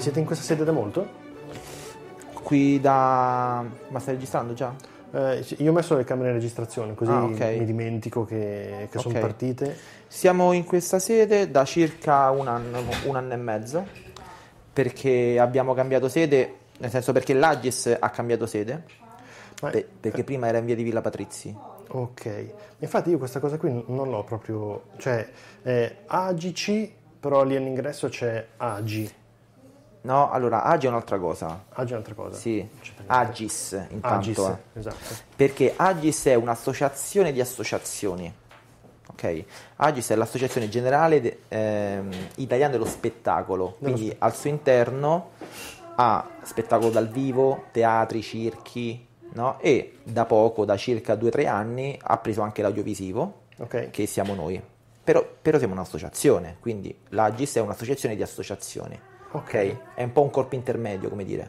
siete in questa sede da molto? Qui da... Ma stai registrando già? Io ho messo le camere di registrazione, così ok. mi dimentico che sono Ok. partite. Siamo in questa sede da circa un anno e mezzo, perché abbiamo cambiato sede, nel senso perché l'Agis ha cambiato sede, Ma- perché prima era in via di Villa Patrizzi. Ok, infatti io questa cosa qui non l'ho proprio, cioè AGC, però lì all'ingresso c'è AGI. No, allora, Agi è un'altra cosa. AGI è un'altra cosa. Sì, Non c'è per niente. Agis intanto. AGIS, esatto. Perché Agis è un'associazione di associazioni, ok? Agis è l'associazione generale italiana dello spettacolo, quindi al suo interno ha spettacolo dal vivo, teatri, circhi, no? E da poco, da circa 2 o 3 anni, ha preso anche l'audiovisivo, Ok. che siamo noi. Però siamo un'associazione, quindi l'Agis è un'associazione di associazioni, ok? È un po' un corpo intermedio, come dire.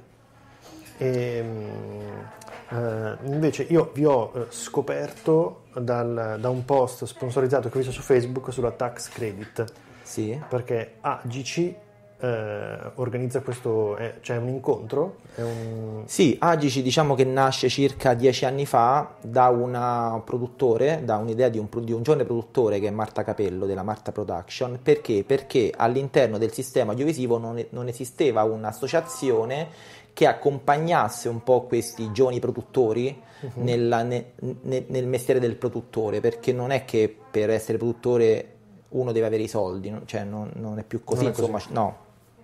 Invece io vi ho scoperto da un post sponsorizzato che ho visto su Facebook sulla tax credit, Sì? perché AGC organizza questo, c'è un incontro, Sì, Agici diciamo che nasce circa 10 anni fa da un produttore, da un'idea di un giovane produttore che è Marta Capello della Marta Production. Perché? Perché all'interno del sistema audiovisivo non esisteva un'associazione che accompagnasse un po' questi giovani produttori nel mestiere del produttore, perché non è che per essere produttore uno deve avere i soldi, cioè non è più così, Non è così. insomma, no.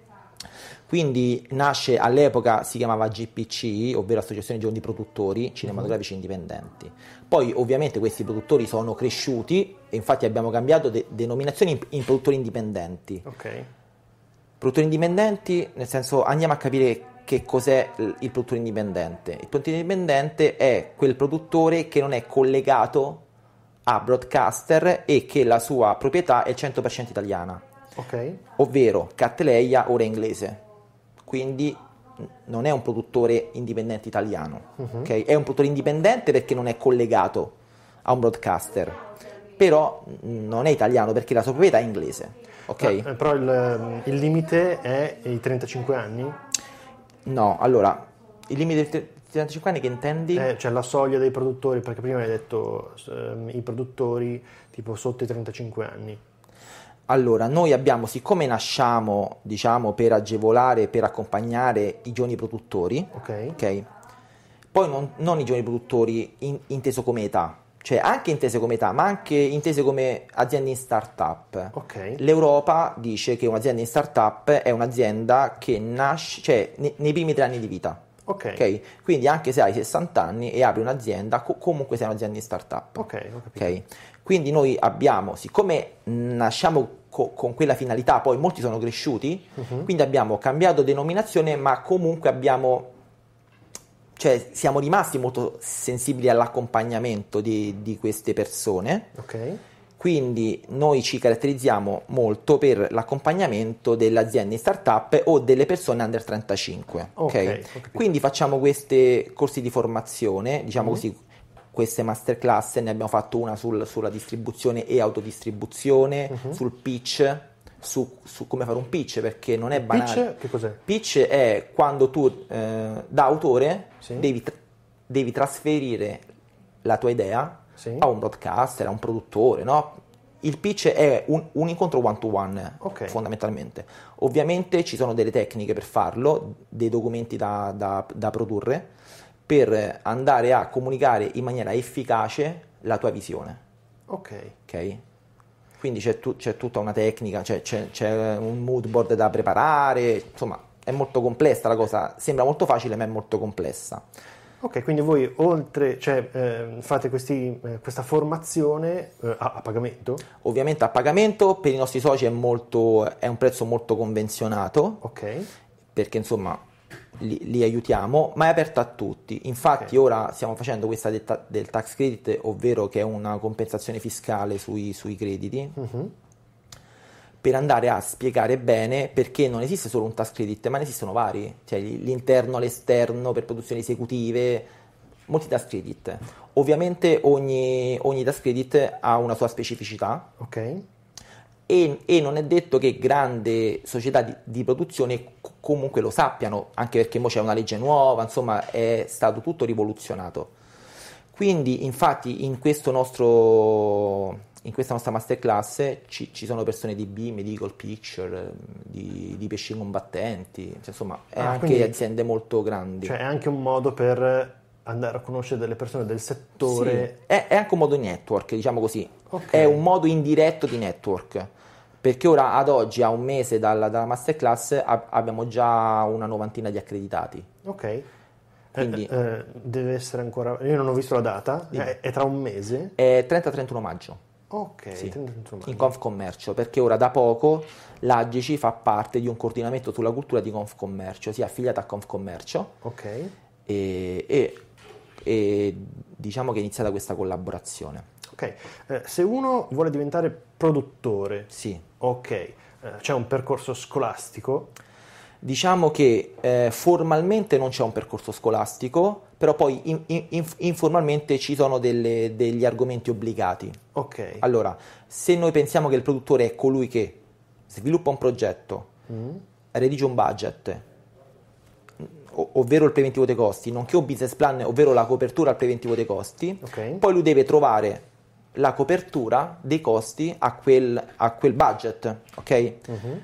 Quindi nasce, all'epoca si chiamava GPC, ovvero Associazione Giovani Produttori Cinematografici Indipendenti. Poi ovviamente questi produttori sono cresciuti e infatti abbiamo cambiato denominazione in produttori indipendenti. ok, Produttori indipendenti, nel senso, andiamo a capire che cos'è il produttore indipendente. Il produttore indipendente è quel produttore che non è collegato a broadcaster e che la sua proprietà è 100% italiana, ok, ovvero Cattleya ora è inglese. Quindi non è un produttore indipendente italiano, ok? È un produttore indipendente perché non è collegato a un broadcaster, però non è italiano perché la sua proprietà è inglese, ok? Però il limite è i 35 anni, No, allora, il limite dei 35 anni che intendi? cioè la soglia dei produttori, perché prima hai detto i produttori tipo sotto i 35 anni. Allora, noi abbiamo, siccome nasciamo, diciamo, per agevolare, per accompagnare i giovani produttori, Ok. Poi non i giovani produttori inteso come età, cioè anche intese come età, ma anche intese come aziende in startup. Ok. L'Europa dice che un'azienda in startup è un'azienda che nasce, cioè nei primi 3 anni di vita. Ok. Quindi anche se hai 60 anni e apri un'azienda, comunque sei un'azienda in startup. Ok, ho capito. Ok? Quindi noi abbiamo, siccome nasciamo con quella finalità, poi molti sono cresciuti, quindi abbiamo cambiato denominazione, ma comunque cioè siamo rimasti molto sensibili all'accompagnamento di queste persone. Ok. Quindi noi ci caratterizziamo molto per l'accompagnamento delle aziende in startup o delle persone under 35. Ok, ho capito. Quindi facciamo questi corsi di formazione, diciamo così, queste masterclass. Ne abbiamo fatto una sulla distribuzione e autodistribuzione, sul pitch, su come fare un pitch, perché non è banale. Pitch, che cos'è? Pitch è quando tu da autore Sì. devi trasferire la tua idea Sì. a un broadcaster, a un produttore, no? Il pitch è un incontro one to one, Ok. fondamentalmente. Ovviamente ci sono delle tecniche per farlo, dei documenti da produrre, per andare a comunicare in maniera efficace la tua visione, Ok. ok? Quindi c'è tutta una tecnica, c'è un mood board da preparare, insomma è molto complessa la cosa, sembra molto facile ma è molto complessa. Ok, quindi voi oltre, cioè fate questa formazione a pagamento? Ovviamente a pagamento, per i nostri soci è un prezzo molto convenzionato, Ok. perché insomma li aiutiamo, ma è aperta a tutti. Infatti ora stiamo facendo questa del tax credit, ovvero che è una compensazione fiscale sui crediti, per andare a spiegare bene perché non esiste solo un tax credit, ma ne esistono vari, cioè l'interno, l'esterno, per produzioni esecutive, molti tax credit. Ovviamente ogni tax credit ha una sua specificità, Ok. e non è detto che grandi società di produzione comunque lo sappiano, anche perché ora c'è una legge nuova, insomma è stato tutto rivoluzionato. Quindi infatti in questa nostra masterclass ci sono persone di B, Medical Picture, di pesci combattenti, cioè, insomma è anche quindi, aziende molto grandi. Cioè è anche un modo per andare a conoscere delle persone del settore. Sì, è anche un modo di network, diciamo così, Ok. è un modo indiretto di network, perché ora ad oggi, a un mese dalla masterclass, abbiamo già una 90 di accreditati. Ok. Quindi Deve essere ancora... Io non ho visto la data, è tra un mese? è 30-31 maggio. Ok, Sì, 31 maggio. in Confcommercio, perché ora da poco l'Agici fa parte di un coordinamento sulla cultura di Confcommercio, si è affiliata a Confcommercio Ok. e diciamo che è iniziata questa collaborazione. Ok. Se uno vuole diventare produttore, Sì. ok, c'è un percorso scolastico? Diciamo che formalmente non c'è un percorso scolastico, però poi informalmente ci sono degli argomenti obbligati. Ok. Allora, se noi pensiamo che il produttore è colui che sviluppa un progetto, redige un budget, ovvero il preventivo dei costi, nonché un business plan, ovvero la copertura al preventivo dei costi, Ok. poi lui deve trovare la copertura dei costi a quel budget, ok?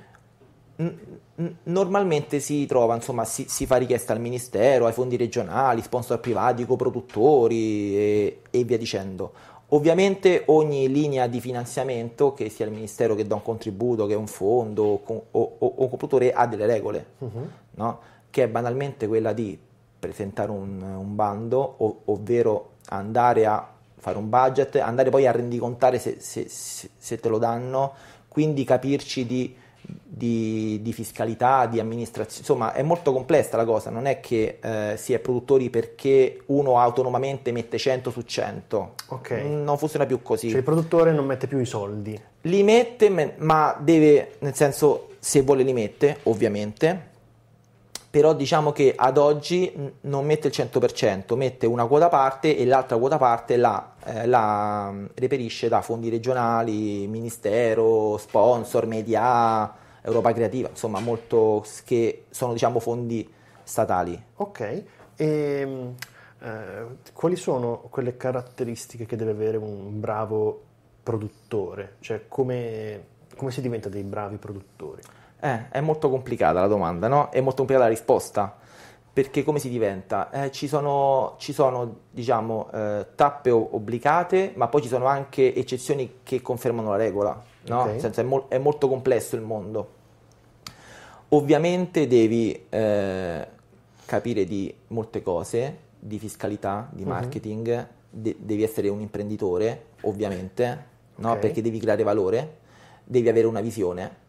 Normalmente si trova, insomma, si fa richiesta al ministero, ai fondi regionali, sponsor privati, coproduttori e via dicendo. Ovviamente ogni linea di finanziamento, che sia il ministero che dà un contributo, che è un fondo o un coproduttore, ha delle regole, no? Che è banalmente quella di presentare un bando, ovvero andare a fare un budget, andare poi a rendicontare se te lo danno, quindi capirci di fiscalità, di amministrazione, insomma è molto complessa la cosa, non è che si è produttori perché uno autonomamente mette 100 su 100, Ok. non funziona più così. Cioè il produttore non mette più i soldi. Li mette, ma deve, nel senso, se vuole li mette, ovviamente, però diciamo che ad oggi non mette il 100%, mette una quota parte e l'altra quota parte la reperisce da fondi regionali, ministero, sponsor, media, Europa Creativa, insomma molto che sono diciamo fondi statali. Ok. E quali sono quelle caratteristiche che deve avere un bravo produttore? Cioè come si diventa dei bravi produttori? È molto complicata la domanda, no? È molto complicata la risposta, perché come si diventa? Ci sono diciamo, tappe obbligate, ma poi ci sono anche eccezioni che confermano la regola, no? Ok. Nel senso, è molto complesso il mondo. Ovviamente devi capire di molte cose, di fiscalità, di marketing, devi essere un imprenditore, ovviamente, no? Ok. Perché devi creare valore, devi avere una visione.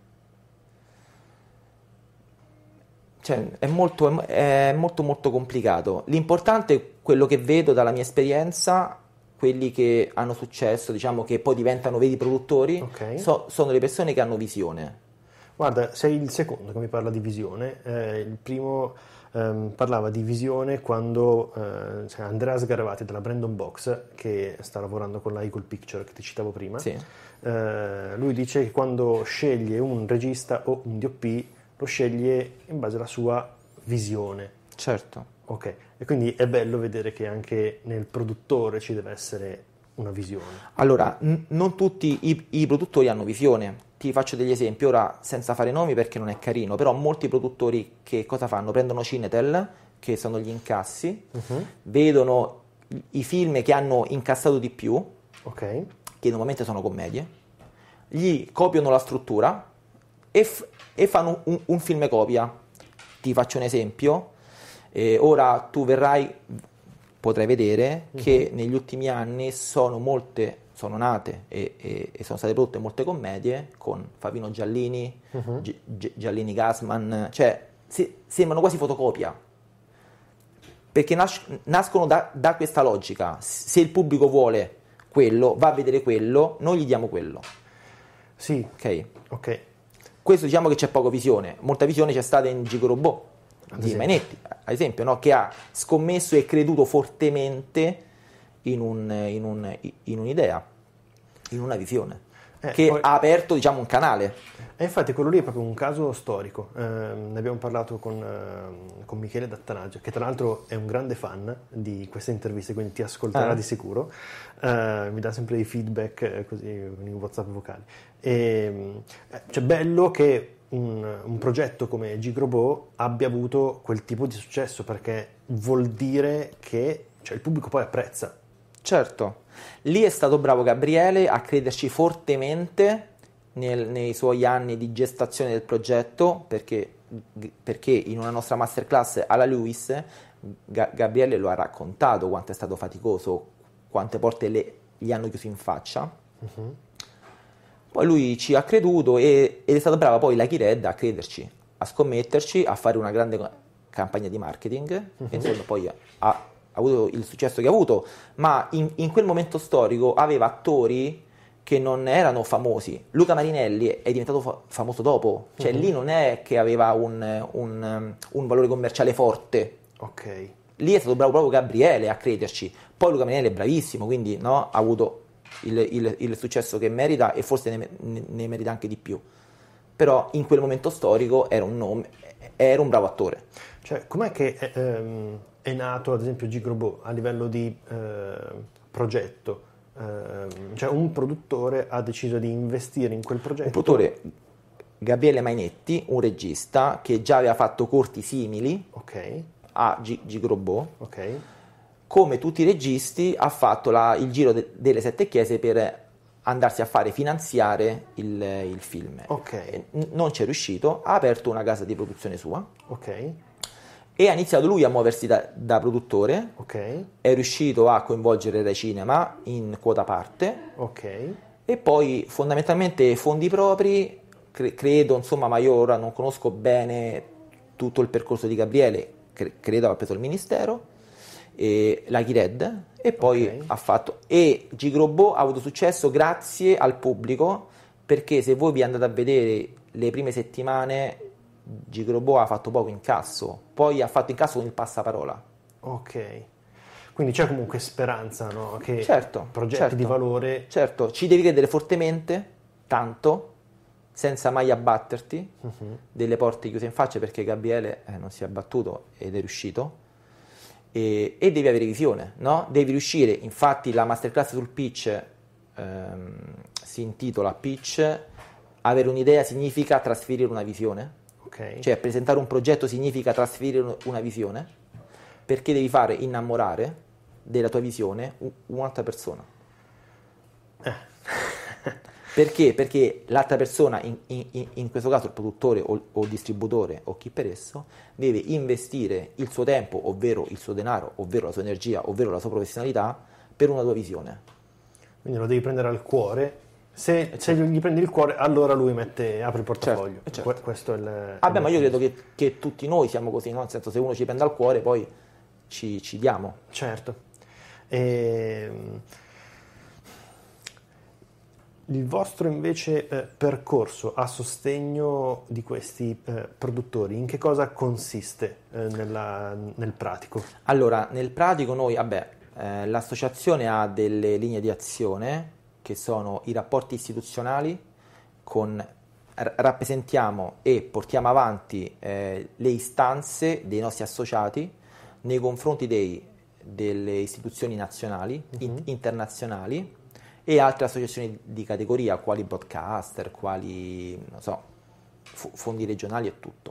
Cioè, è molto complicato. L'importante è quello che vedo dalla mia esperienza, quelli che hanno successo, diciamo che poi diventano veri produttori, Ok. sono le persone che hanno visione. Guarda, sei il secondo che mi parla di visione. Il primo parlava di visione quando c'è Andrea Sgaravati della Brandon Box, che sta lavorando con la Eagle Picture che ti citavo prima. Sì. Lui dice che quando sceglie un regista o un DOP lo sceglie in base alla sua visione. Certo. Ok, e quindi è bello vedere che anche nel produttore ci deve essere una visione. Allora, non tutti i produttori hanno visione. Ti faccio degli esempi, ora senza fare nomi perché non è carino, però molti produttori che cosa fanno? Prendono Cinetel, che sono gli incassi, vedono i film che hanno incassato di più, Ok, che normalmente sono commedie, gli copiano la struttura e fanno un film copia. Ti faccio un esempio, ora tu potrai vedere che negli ultimi anni sono nate e sono state prodotte molte commedie con Favino Giallini, Giallini Gassman, cioè sembrano quasi fotocopia, perché nascono da questa logica. Se il pubblico vuole quello, va a vedere quello, noi gli diamo quello. sì, Ok? Questo diciamo che c'è poca visione, molta visione c'è stata in Gigo Robot di Mainetti, ad esempio, no? Che ha scommesso e creduto fortemente in un'idea, in una visione. che poi... ha aperto, diciamo, un canale. E infatti quello lì è proprio un caso storico. Ne abbiamo parlato con Michele Dattanaggio, che tra l'altro è un grande fan di queste interviste, quindi ti ascolterà di sicuro. Mi dà sempre dei feedback così in WhatsApp vocali. Cioè, bello che un progetto come Gigrobot abbia avuto quel tipo di successo, perché vuol dire che il pubblico poi apprezza. Certo, lì è stato bravo Gabriele a crederci fortemente nei suoi anni di gestazione del progetto, perché in una nostra masterclass alla Lewis Gabriele lo ha raccontato quanto è stato faticoso, quante porte gli hanno chiuso in faccia. Poi lui ci ha creduto ed è stato bravo poi la Key-Red a crederci, a scommetterci, a fare una grande campagna di marketing, e insomma poi ha avuto il successo che ha avuto, ma in quel momento storico aveva attori che non erano famosi. Luca Marinelli è diventato famoso dopo, cioè lì non è che aveva un valore commerciale forte. Ok. Lì è stato bravo proprio Gabriele a crederci. Poi Luca Marinelli è bravissimo, quindi no, ha avuto il successo che merita, e forse ne merita anche di più. Però in quel momento storico era un nome, era un bravo attore. Cioè, com'è che è nato ad esempio Gigrobot a livello di progetto? Cioè un produttore ha deciso di investire in quel progetto? Un produttore, Gabriele Mainetti, un regista che già aveva fatto corti simili a Gigrobot. Ok. Come tutti i registi ha fatto il giro delle sette chiese per andarsi a fare finanziare il film. Ok. Non ci è riuscito, ha aperto una casa di produzione sua. Ok. E ha iniziato lui a muoversi da produttore. Ok. È riuscito a coinvolgere Rai Cinema in quota parte. Ok. E poi fondamentalmente fondi propri, credo, insomma, ma io ora non conosco bene tutto il percorso di Gabriele, credo abbia preso il ministero, e la Key-Red, e poi ha fatto, e Gigrobot ha avuto successo grazie al pubblico, perché se voi vi andate a vedere le prime settimane Gigrobot ha fatto poco incasso, poi ha fatto incasso con il passaparola. Ok, quindi c'è comunque speranza, no? Che progetti certo, di valore... Certo, ci devi credere fortemente, tanto, senza mai abbatterti, delle porte chiuse in faccia, perché Gabriele non si è abbattuto ed è riuscito, e devi avere visione, no? Devi riuscire, infatti la masterclass sul pitch si intitola Pitch, avere un'idea significa trasferire una visione. Cioè presentare un progetto significa trasferire una visione, perché devi fare innamorare della tua visione un'altra persona. Perché? Perché l'altra persona, in questo caso il produttore o il distributore o chi per esso, deve investire il suo tempo, ovvero il suo denaro, ovvero la sua energia, ovvero la sua professionalità, per una tua visione. Quindi lo devi prendere al cuore. Se gli prendi il cuore, allora lui apre il portafoglio. Certo. Questo è il Ma io credo che tutti noi siamo così, no? Nel senso, se uno ci prende al cuore, poi ci diamo. Certo. Il vostro invece percorso a sostegno di questi produttori, in che cosa consiste nel pratico? Allora, nel pratico noi, l'associazione ha delle linee di azione, che sono i rapporti istituzionali, rappresentiamo e portiamo avanti le istanze dei nostri associati nei confronti delle istituzioni nazionali, internazionali, e altre associazioni di categoria, quali broadcaster, quali, non so, fondi regionali e tutto.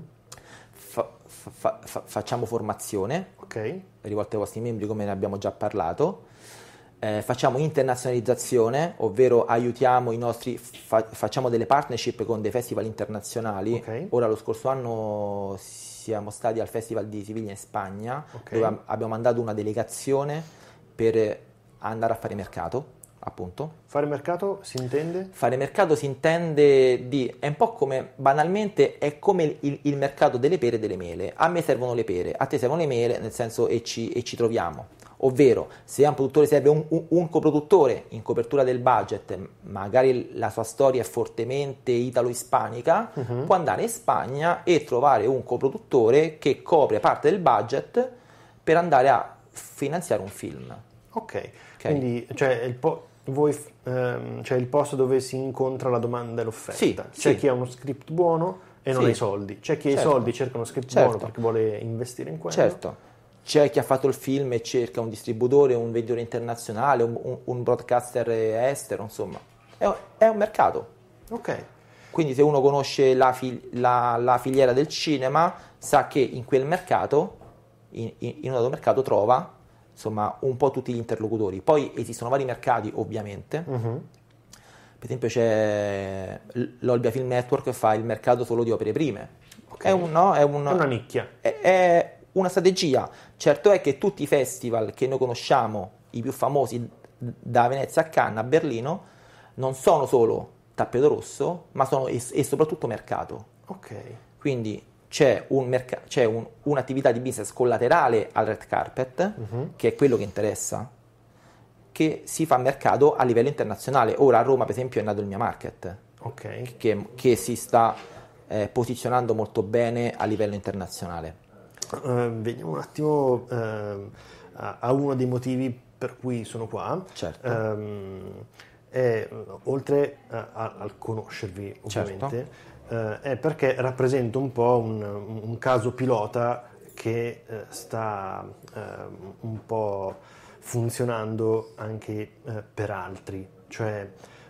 Facciamo formazione rivolta ai vostri membri, come ne abbiamo già parlato. Facciamo internazionalizzazione, ovvero aiutiamo i nostri, facciamo delle partnership con dei festival internazionali. Ora lo scorso anno siamo stati al Festival di Siviglia in Spagna, dove abbiamo mandato una delegazione per andare a fare mercato, appunto. Fare mercato si intende? Fare mercato si intende è un po' come, banalmente, è come il mercato delle pere e delle mele. A me servono le pere, a te servono le mele, nel senso, e ci troviamo. Ovvero, se a un produttore serve un coproduttore in copertura del budget, magari la sua storia è fortemente italo-ispanica, può andare in Spagna e trovare un coproduttore che copre parte del budget per andare a finanziare un film. Ok. Quindi c'è il posto dove si incontra la domanda e l'offerta. Sì, C'è sì. chi ha uno script buono e non Sì. ha i soldi. C'è chi ha i Certo. soldi, cerca uno script Certo. buono perché vuole investire in quello. Certo, c'è chi ha fatto il film e cerca un distributore, un venditore internazionale, un broadcaster estero, insomma, è un mercato. Ok. Quindi se uno conosce la filiera del cinema, sa che in quel mercato, in un dato mercato, trova insomma un po' tutti gli interlocutori. Poi esistono vari mercati, ovviamente. Mhm. Per esempio c'è l'Olbia Film Network che fa il mercato solo di opere prime. Ok. È È una nicchia. è una strategia. Certo è che tutti i festival che noi conosciamo, i più famosi da Venezia a Cannes a Berlino, non sono solo tappeto rosso, ma sono e soprattutto mercato. Ok. Quindi c'è un'attività di business collaterale al red carpet, che è quello che interessa, che si fa mercato a livello internazionale. Ora a Roma, per esempio, è nato il Mia Market, Ok. che si sta posizionando molto bene a livello internazionale. Vediamo un attimo a uno dei motivi per cui sono qua. Certo. Oltre al conoscervi, ovviamente, Certo. è perché rappresento un po' un caso pilota che sta un po' funzionando anche per altri. Cioè,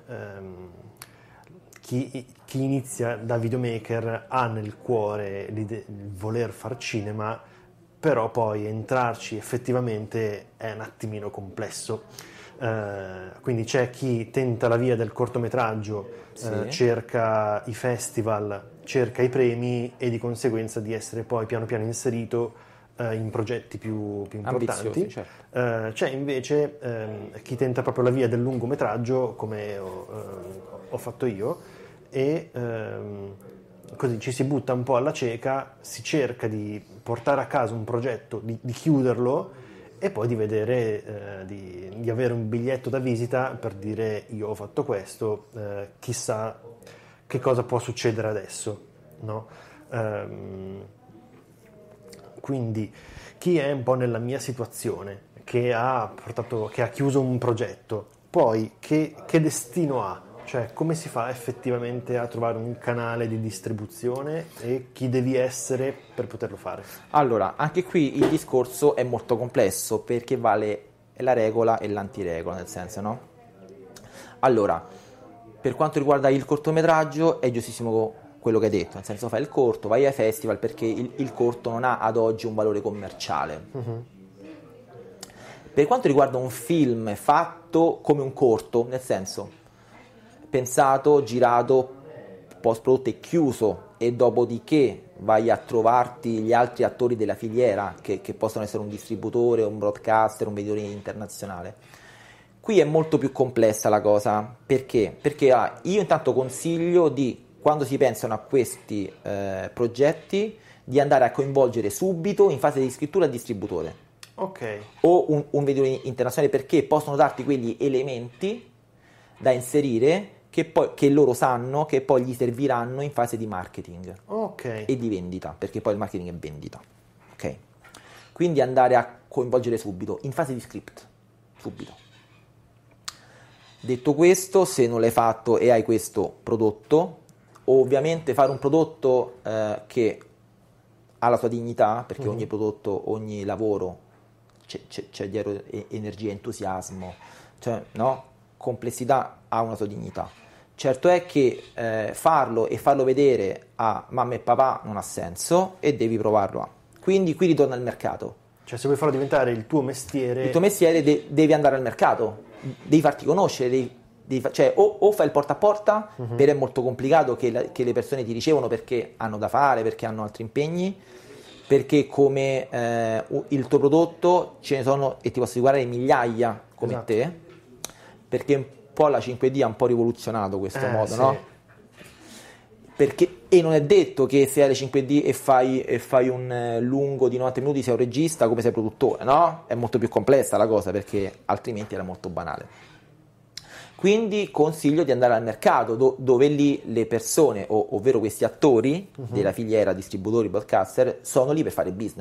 chi inizia da videomaker ha nel cuore il voler far cinema, però poi entrarci effettivamente è un attimino complesso. Quindi c'è chi tenta la via del cortometraggio, Sì. cerca i festival, cerca i premi e di conseguenza di essere poi piano piano inserito in progetti più importanti. Ambiziosi, certo. C'è invece chi tenta proprio la via del lungometraggio, come ho fatto io, e così ci si butta un po' alla cieca, si cerca di portare a casa un progetto, di chiuderlo e poi di vedere, di avere un biglietto da visita per dire io ho fatto questo, chissà che cosa può succedere adesso, no? Quindi chi è un po' nella mia situazione, che ha chiuso un progetto, poi che destino ha? Cioè come si fa effettivamente a trovare un canale di distribuzione e chi devi essere per poterlo fare? Allora, anche qui il discorso è molto complesso perché vale la regola e l'antiregola, nel senso, no? Allora, per quanto riguarda il cortometraggio è giustissimo quello che hai detto, nel senso fai il corto, vai ai festival perché il corto non ha ad oggi un valore commerciale. Per quanto riguarda un film fatto come un corto, nel senso pensato, girato, post-prodotto e chiuso e dopodiché vai a trovarti gli altri attori della filiera che possono essere un distributore, un broadcaster, un venditore internazionale. Qui è molto più complessa la cosa, perché? Perché io intanto consiglio di, quando si pensano a questi progetti, di andare a coinvolgere subito in fase di scrittura il distributore. Ok. O un venditore internazionale, perché possono darti quegli elementi da inserire che loro sanno che poi gli serviranno in fase di marketing e di vendita, perché poi il marketing è vendita. Ok? Quindi andare a coinvolgere subito, in fase di script, subito. Detto questo, se non l'hai fatto e hai questo prodotto, ovviamente fare un prodotto che ha la sua dignità, perché ogni prodotto, ogni lavoro c'è dietro energia, entusiasmo, cioè, no? Complessità ha una sua dignità. Certo è che farlo e farlo vedere a mamma e papà non ha senso e devi provarlo. Quindi qui ritorna al mercato. Cioè se vuoi farlo diventare il tuo mestiere... Il tuo mestiere devi andare al mercato, devi farti conoscere, cioè o fai il porta a porta, però è molto complicato che le persone ti ricevono perché hanno da fare, perché hanno altri impegni, perché come il tuo prodotto ce ne sono, e ti posso assicurare, migliaia come Esatto. te, perché un po' la 5D ha un po' rivoluzionato questo modo, sì. no? E non è detto che se hai le 5D e fai un lungo di 90 minuti sei un regista come sei produttore, no? È molto più complessa la cosa perché altrimenti era molto banale. Quindi consiglio di andare al mercato dove lì le persone, ovvero questi attori della filiera, distributori, broadcaster, sono lì per fare business.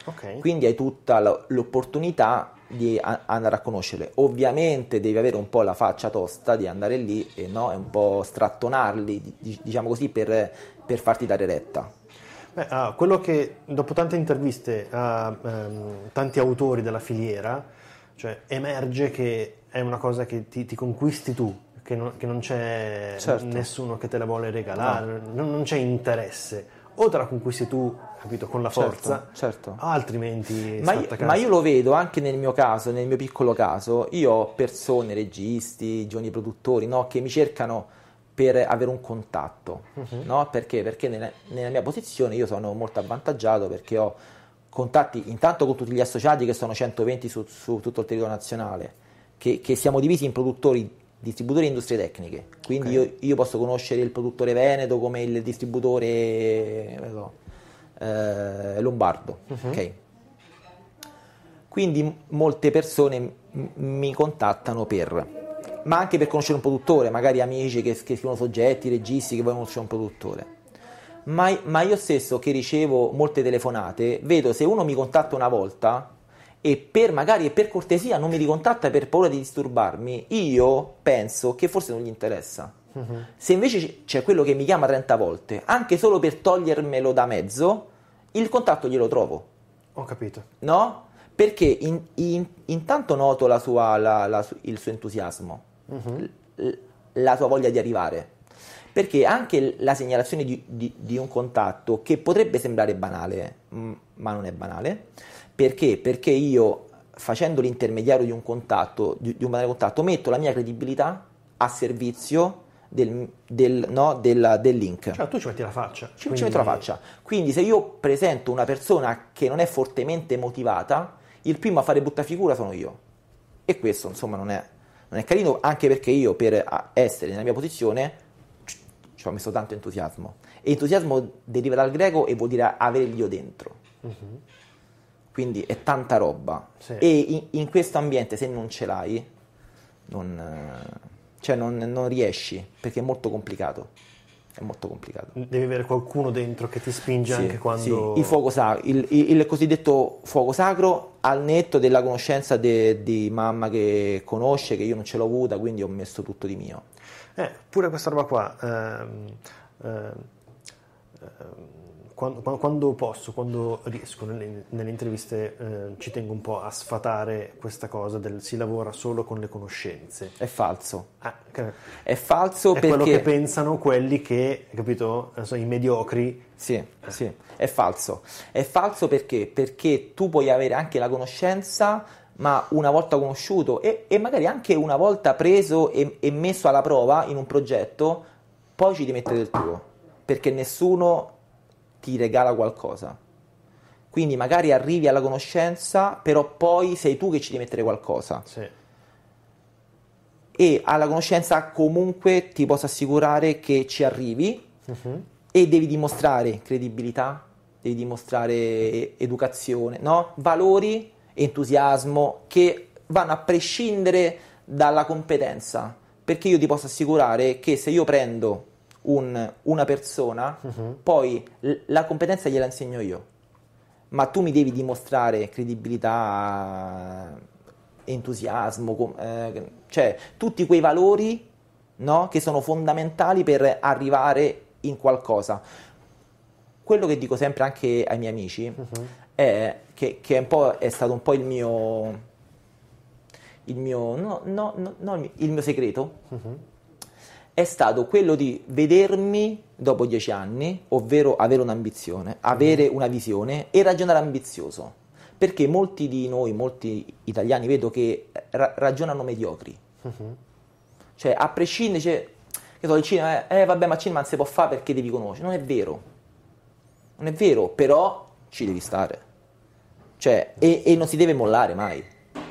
Ok. Quindi hai tutta l'opportunità di andare a conoscerle. Ovviamente devi avere un po' la faccia tosta di andare lì e no, e un po' strattonarli, diciamo così, per farti dare retta. Beh, quello che dopo tante interviste a tanti autori della filiera, cioè emerge che è una cosa che ti conquisti tu, che non c'è Certo. nessuno che te la vuole No. regalare, non c'è interesse. O te la conquisti tu, capito, con la forza, certo. altrimenti Ma stai a casa. ma io lo vedo anche nel mio caso, nel mio piccolo caso. Io ho persone, registi, giovani produttori, no, che mi cercano per avere un contatto, no? Perché? Perché nella mia posizione io sono molto avvantaggiato perché ho contatti intanto con tutti gli associati che sono 120 su tutto il territorio nazionale, che siamo divisi in produttori, distributori e industrie tecniche. Quindi Ok. io posso conoscere il produttore veneto come il distributore non so, lombardo, ok? Quindi molte persone mi contattano ma anche per conoscere un produttore, magari amici che scrivono soggetti, registi che vogliono conoscere un produttore. Ma io stesso che ricevo molte telefonate, vedo se uno mi contatta una volta e magari per cortesia non mi ricontatta per paura di disturbarmi, io penso che forse non gli interessa. Se invece c'è quello che mi chiama 30 volte, anche solo per togliermelo da mezzo, il contatto glielo trovo. Ho capito. No? Perché intanto noto il suo entusiasmo, la sua voglia di arrivare. Perché anche la segnalazione di un contatto che potrebbe sembrare banale, ma non è banale, perché? Perché io, facendo l'intermediario di un contatto, di un banale contatto, metto la mia credibilità a servizio del link. Cioè tu ci metti la faccia. Ci metto la faccia. Quindi se io presento una persona che non è fortemente motivata, il primo a fare brutta figura sono io. E questo insomma non è carino, anche perché io per essere nella mia posizione ci ho messo tanto entusiasmo. E entusiasmo deriva dal greco e vuol dire avere l'io dentro. Quindi è tanta roba. Sì. E in questo ambiente se non ce l'hai non riesci, perché è molto complicato. È molto complicato. Devi avere qualcuno dentro che ti spinge anche quando... Sì, il fuoco sacro, il cosiddetto fuoco sacro, al netto della conoscenza di mamma che conosce, che io non ce l'ho avuta, quindi ho messo tutto di mio. Pure questa roba qua, quando posso, quando riesco nelle interviste, ci tengo un po' a sfatare questa cosa del si lavora solo con le conoscenze. È falso. Che È falso è perché... quello che pensano quelli che, capito, i mediocri. Sì, è falso. È falso perché tu puoi avere anche la conoscenza, ma una volta conosciuto e magari anche una volta preso e messo alla prova in un progetto, poi ci devi mettere del tuo, perché nessuno ti regala qualcosa. Quindi magari arrivi alla conoscenza, però poi sei tu che ci devi mettere qualcosa. Sì. E alla conoscenza comunque ti posso assicurare che ci arrivi e devi dimostrare credibilità, devi dimostrare educazione, no? Valori, entusiasmo che vanno a prescindere dalla competenza, perché io ti posso assicurare che se io prendo una persona, poi la competenza gliela insegno io, ma tu mi devi dimostrare credibilità, entusiasmo, cioè tutti quei valori, no, che sono fondamentali per arrivare in qualcosa. Quello che dico sempre anche ai miei amici è che è stato un po' il mio segreto, è stato quello di vedermi dopo 10 anni, ovvero avere un'ambizione, avere una visione e ragionare ambizioso. Perché molti di noi, molti italiani, vedo che ragionano mediocri. Cioè, a prescindere, che so, il cinema, vabbè, ma il cinema non si può fare perché devi conoscere. Non è vero. Non è vero, però ci devi stare. Cioè, e non si deve mollare mai.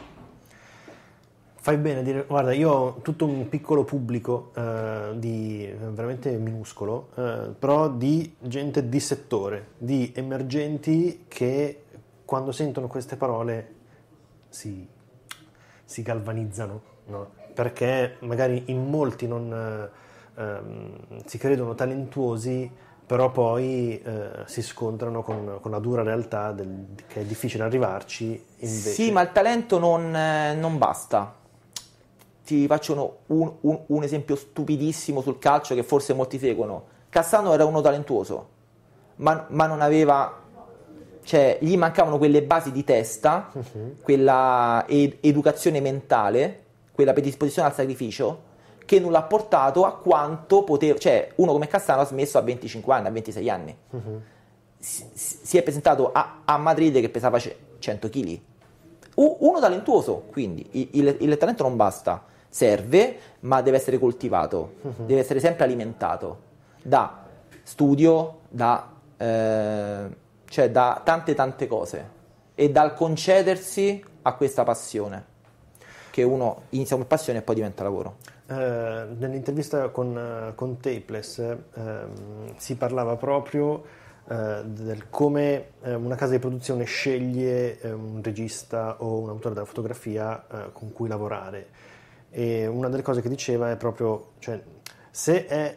Fai bene a dire, guarda, io ho tutto un piccolo pubblico veramente minuscolo, però di gente di settore, di emergenti che quando sentono queste parole si galvanizzano, no? Perché magari in molti non si credono talentuosi però poi si scontrano con la dura realtà che è difficile arrivarci. Invece... Sì, ma il talento non basta. Ti faccio un esempio stupidissimo sul calcio che forse molti seguono. Cassano era uno talentuoso, ma non aveva... Cioè, gli mancavano quelle basi di testa, quella educazione mentale, quella predisposizione al sacrificio, che non l'ha portato a quanto poteva... Cioè, uno come Cassano ha smesso a 25 anni, a 26 anni. Si è presentato a Madrid che pesava 100 kg. Uno talentuoso, quindi il talento non basta, serve, ma deve essere coltivato, deve essere sempre alimentato da studio, cioè da tante cose, e dal concedersi a questa passione, che uno inizia come passione e poi diventa lavoro. Nell'intervista con Tapeless si parlava proprio del come una casa di produzione sceglie un regista o un autore della fotografia con cui lavorare, e una delle cose che diceva è proprio, cioè, se è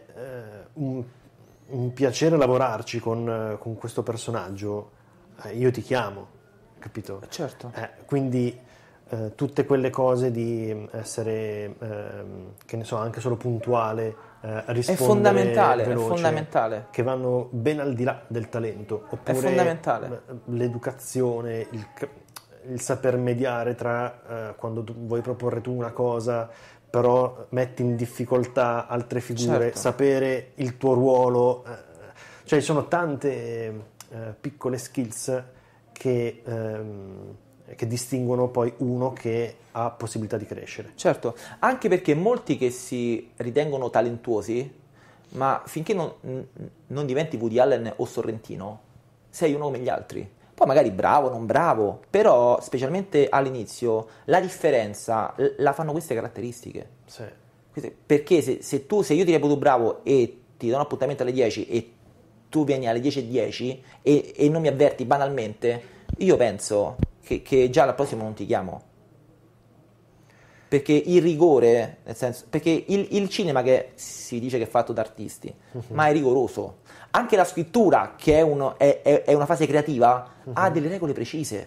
un piacere lavorarci con questo personaggio, io ti chiamo, capito? Certo. Quindi tutte quelle cose di essere, che ne so, anche solo puntuale, rispondere veloce, è fondamentale. che vanno ben al di là del talento, oppure È fondamentale. L'educazione, il saper mediare tra quando vuoi proporre tu una cosa, però metti in difficoltà altre figure, Certo. Sapere il tuo ruolo, cioè ci sono tante piccole skills che distinguono poi uno che ha possibilità di crescere. Certo, anche perché molti che si ritengono talentuosi, ma finché non diventi Woody Allen o Sorrentino, sei uno come gli altri. Poi magari bravo, non bravo, però specialmente all'inizio la differenza la fanno queste caratteristiche. Sì. Perché se io ti reputo bravo e ti do un appuntamento alle 10 e tu vieni alle 10:10 e non mi avverti banalmente, io penso che già al prossimo non ti chiamo. Perché il rigore, nel senso, perché il cinema che si dice che è fatto da artisti, ma è rigoroso. Anche la scrittura, che è una fase creativa, ha delle regole precise.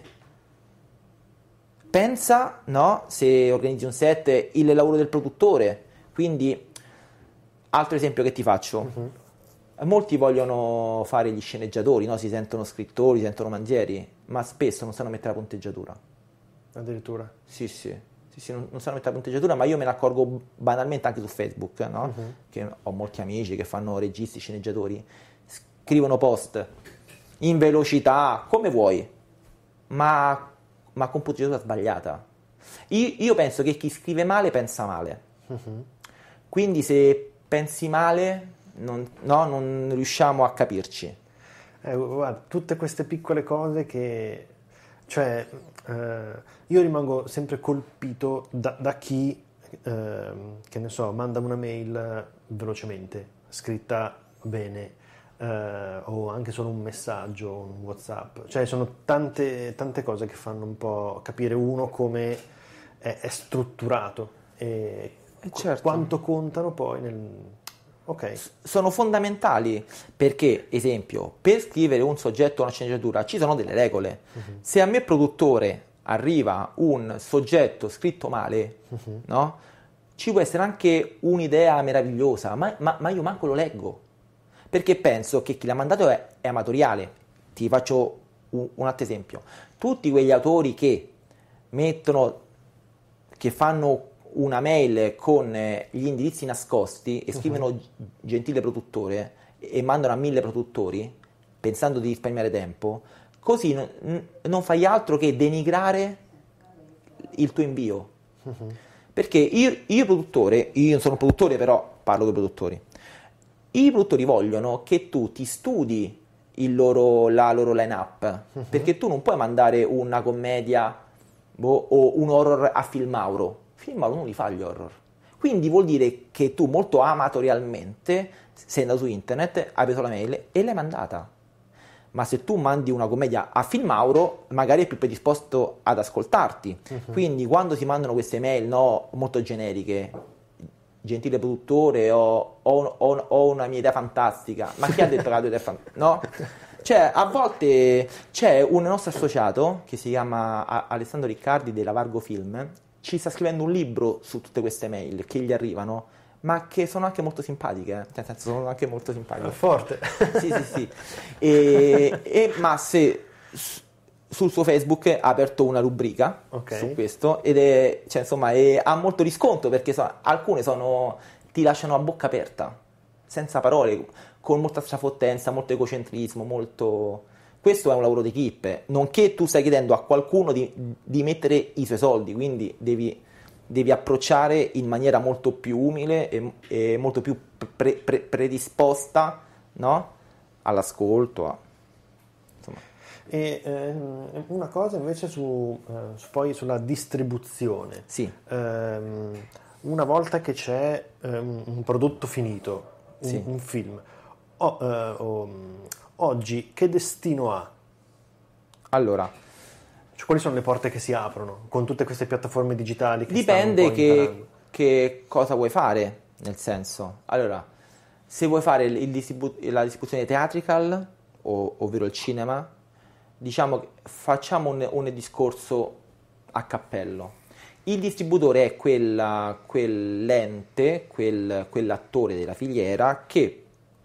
Pensa, no, se organizzi un set, il lavoro del produttore. Quindi, altro esempio che ti faccio. Molti vogliono fare gli sceneggiatori, no? Si sentono scrittori, si sentono manzieri, ma spesso non sanno mettere la punteggiatura. Addirittura? Sì, non sanno mettere la punteggiatura, ma io me ne accorgo banalmente anche su Facebook, no? Che ho molti amici che fanno registi, sceneggiatori, scrivono post in velocità, come vuoi, ma con punteggiatura sbagliata. Io penso che chi scrive male pensa male. Quindi se pensi male, non riusciamo a capirci. Guarda, tutte queste piccole cose che... Cioè, io rimango sempre colpito da chi, che ne so, manda una mail velocemente, scritta bene, o anche solo un messaggio, un WhatsApp. Cioè, sono tante cose che fanno un po' capire uno come è strutturato e certo. Quanto contano poi Ok. Sono fondamentali perché, esempio, per scrivere un soggetto o una sceneggiatura ci sono delle regole. Se a me produttore arriva un soggetto scritto male, no? Ci può essere anche un'idea meravigliosa, ma io manco lo leggo, perché penso che chi l'ha mandato è amatoriale. Ti faccio un altro esempio. Tutti quegli autori che fanno una mail con gli indirizzi nascosti e scrivono gentile produttore e mandano a 1000 produttori pensando di risparmiare tempo, così non fai altro che denigrare il tuo invio. Perché io produttore, io non sono un produttore, però parlo dei produttori, i produttori vogliono che tu ti studi la loro line-up, perché tu non puoi mandare una commedia o un horror a Filmauro. Filmauro non li fa gli horror. Quindi vuol dire che tu molto amatorialmente sei andato su internet, hai preso la mail e l'hai mandata. Ma se tu mandi una commedia a Filmauro, magari è più predisposto ad ascoltarti. Quindi quando si mandano queste mail molto generiche, gentile produttore, ho una mia idea fantastica. Ma chi ha detto che la tua idea è fantastica? No? Cioè, a volte c'è un nostro associato che si chiama Alessandro Riccardi della Vargo Film, ci sta scrivendo un libro su tutte queste mail che gli arrivano, ma che sono anche molto simpatiche, cioè, nel senso, sono anche molto simpatiche. Forte. Sì. Ma se sul suo Facebook ha aperto una rubrica su questo ed è, cioè, insomma, ha molto riscontro, perché alcune ti lasciano a bocca aperta, senza parole, con molta strafottenza, molto egocentrismo, molto... Questo è un lavoro d'equipe, nonché tu stai chiedendo a qualcuno di mettere i suoi soldi, quindi devi approcciare in maniera molto più umile e molto più predisposta, no? All'ascolto. Insomma. E una cosa invece poi sulla distribuzione. Sì. Una volta che c'è un prodotto finito, Sì. un film, oggi che destino ha? Allora, Cioè, quali sono le porte che si aprono con tutte queste piattaforme digitali che dipende stanno un po' imparando? che cosa vuoi fare, nel senso. Allora, se vuoi fare la distribuzione theatrical, ovvero il cinema, diciamo che facciamo un discorso a cappello. Il distributore è quell'ente, quell'attore della filiera che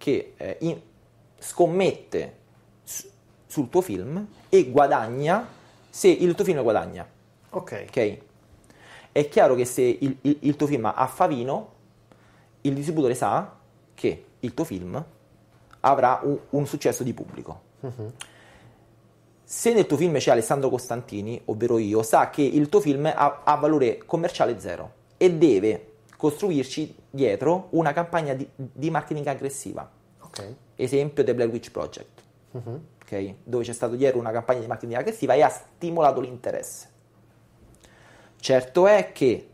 scommette sul tuo film e guadagna se il tuo film guadagna. Ok. È chiaro che se il tuo film ha favino, il distributore sa che il tuo film avrà un successo di pubblico. Se nel tuo film c'è Alessandro Costantini, ovvero io, sa che il tuo film ha valore commerciale zero e deve costruirci dietro una campagna di marketing aggressiva. Esempio The Blair Witch Project, dove c'è stato dietro una campagna di marketing aggressiva e ha stimolato l'interesse. Certo è che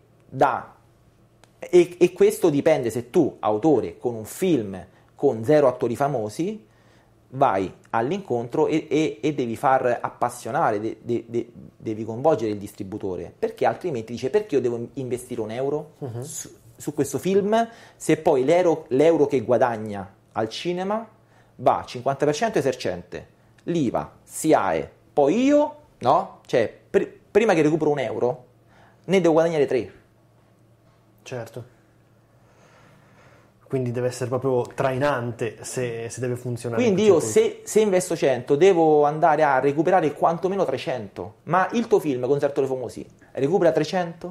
e questo dipende se tu, autore, con un film con 0 attori famosi, vai all'incontro e devi far appassionare, devi coinvolgere il distributore, perché altrimenti dice: perché io devo investire €1 su questo film se poi l'euro che guadagna al cinema va 50% esercente, l'IVA, SIAE, poi io, no? Cioè, prima che recupero €1 ne devo guadagnare 3. Certo. Quindi deve essere proprio trainante se deve funzionare. Quindi io se investo 100 devo andare a recuperare quantomeno 300. Ma il tuo film con 0 attori famosi recupera 300?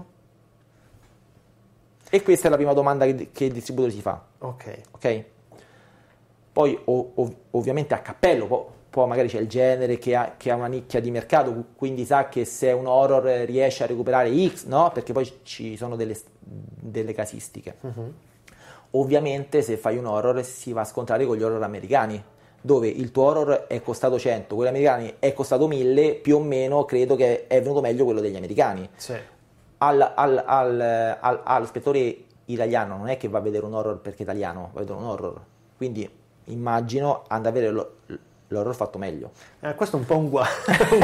E questa è la prima domanda che il distributore si fa. Ok? Poi ovviamente a cappello, poi magari c'è il genere che ha una nicchia di mercato, quindi sa che se un horror riesce a recuperare X, no? Perché poi ci sono delle casistiche. Ovviamente se fai un horror si va a scontrare con gli horror americani, dove il tuo horror è costato 100, quello americani è costato 1000, più o meno credo che è venuto meglio quello degli americani. Sì. Allo spettatore italiano non è che va a vedere un horror perché è italiano, va a vedere un horror, quindi immagino andare a vedere l'horror fatto meglio. Questo è un po' un guaio.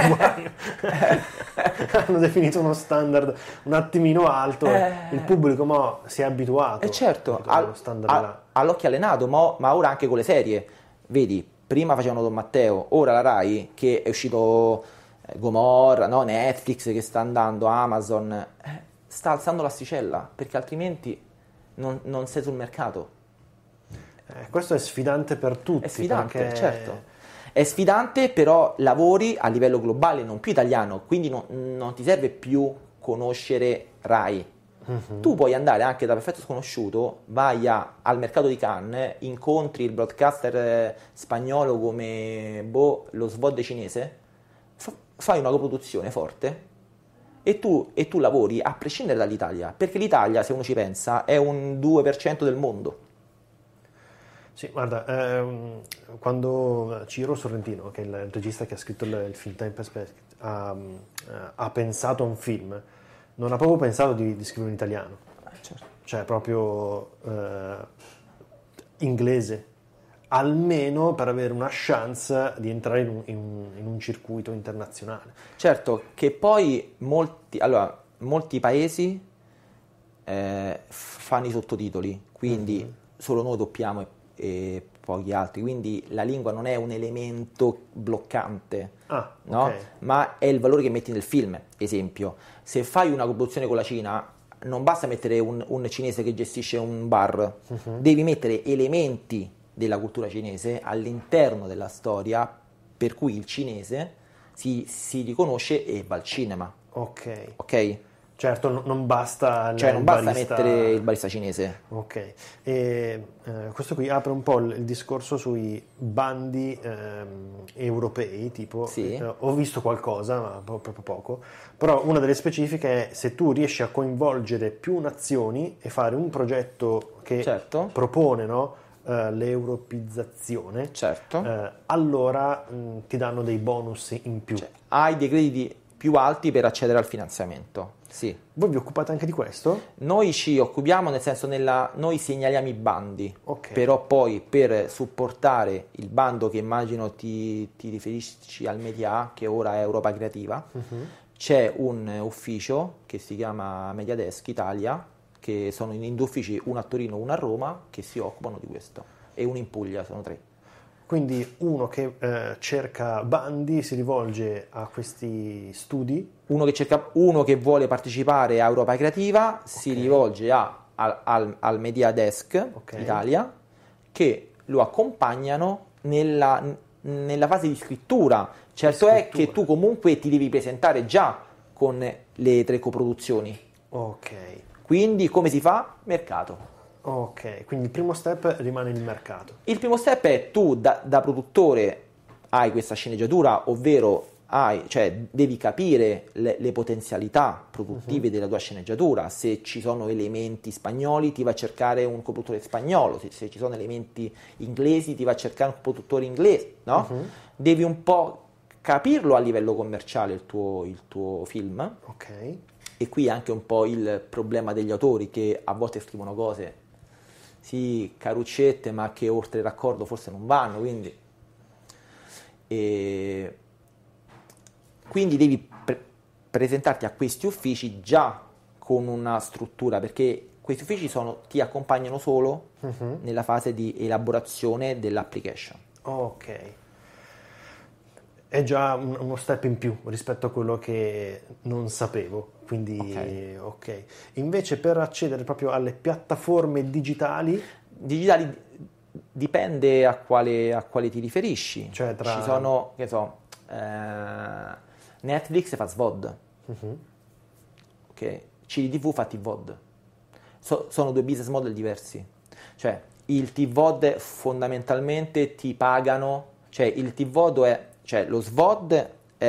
Hanno definito uno standard un attimino alto, il pubblico mo si è abituato. Certo, allo standard là. all'occhio allenato, ma ora anche con le serie, vedi, prima facevano Don Matteo, ora la Rai, che è uscito Gomorra, no? Netflix che sta andando, Amazon, sta alzando l'asticella, perché altrimenti non sei sul mercato. Questo è sfidante per tutti. È sfidante, perché... certo. È sfidante, però lavori a livello globale, non più italiano, quindi non ti serve più conoscere Rai. Tu puoi andare anche da perfetto sconosciuto, vai al mercato di Cannes, incontri il broadcaster spagnolo come lo SVOD cinese, fai una coproduzione forte e tu lavori a prescindere dall'Italia, perché l'Italia, se uno ci pensa, è un 2% del mondo. Sì, guarda, quando Ciro Sorrentino, che è il regista che ha scritto il film Time Perspective, ha pensato a un film, non ha proprio pensato di scrivere in italiano, Certo. cioè proprio inglese, almeno per avere una chance di entrare in un circuito internazionale. Certo, che poi molti paesi fanno i sottotitoli, quindi solo noi doppiamo e pochi altri, quindi la lingua non è un elemento bloccante, no? Ok. Ma è il valore che metti nel film. Esempio, se fai una coproduzione con la Cina, non basta mettere un cinese che gestisce un bar, devi mettere elementi della cultura cinese all'interno della storia per cui il cinese si riconosce e va al cinema, Ok. ok? Certo, non basta Cioè non basta barista... mettere il barista cinese. Ok, e questo qui apre un po' il discorso sui bandi europei, tipo, Sì. ho visto qualcosa, ma proprio poco, però una delle specifiche è se tu riesci a coinvolgere più nazioni e fare un progetto che Certo. propone, no, l'europizzazione, Certo. allora ti danno dei bonus in più. Cioè, hai dei crediti più alti per accedere al finanziamento. Sì. Voi vi occupate anche di questo? Noi ci occupiamo, nel senso, noi segnaliamo i bandi, Ok. però poi per supportare il bando che immagino ti riferisci al Media, che ora è Europa Creativa, c'è un ufficio che si chiama Mediadesk Italia, che sono in due uffici, uno a Torino e uno a Roma, che si occupano di questo, e uno in Puglia, sono 3. Quindi uno che cerca bandi si rivolge a questi studi. Uno che vuole partecipare a Europa Creativa si rivolge al Media Desk Italia, che lo accompagnano nella fase di scrittura. Certo è che tu comunque ti devi presentare già con le 3 coproduzioni. Ok, Quindi come si fa? Mercato. ok, quindi il primo step rimane il mercato. Il primo step è tu da produttore hai questa sceneggiatura, ovvero devi capire le potenzialità produttive della tua sceneggiatura. Se ci sono elementi spagnoli ti va a cercare un coproduttore spagnolo, se ci sono elementi inglesi ti va a cercare un coproduttore inglese, no? Devi un po' capirlo a livello commerciale il tuo film. Ok, E qui anche un po' il problema degli autori che a volte scrivono cose, sì, caruccette, ma che oltre il raccordo forse non vanno, quindi devi presentarti a questi uffici già con una struttura, perché questi uffici ti accompagnano solo nella fase di elaborazione dell'application. ok. È già uno step in più rispetto a quello che non sapevo, quindi ok. Invece per accedere proprio alle piattaforme digitali... Digitali dipende a quale ti riferisci. Cioè tra... Ci sono, che so, Netflix fa SVOD, ok? CDTV fa TVOD. Sono 2 business model diversi. Cioè il TVOD fondamentalmente ti pagano, cioè il TVOD è, cioè lo SVOD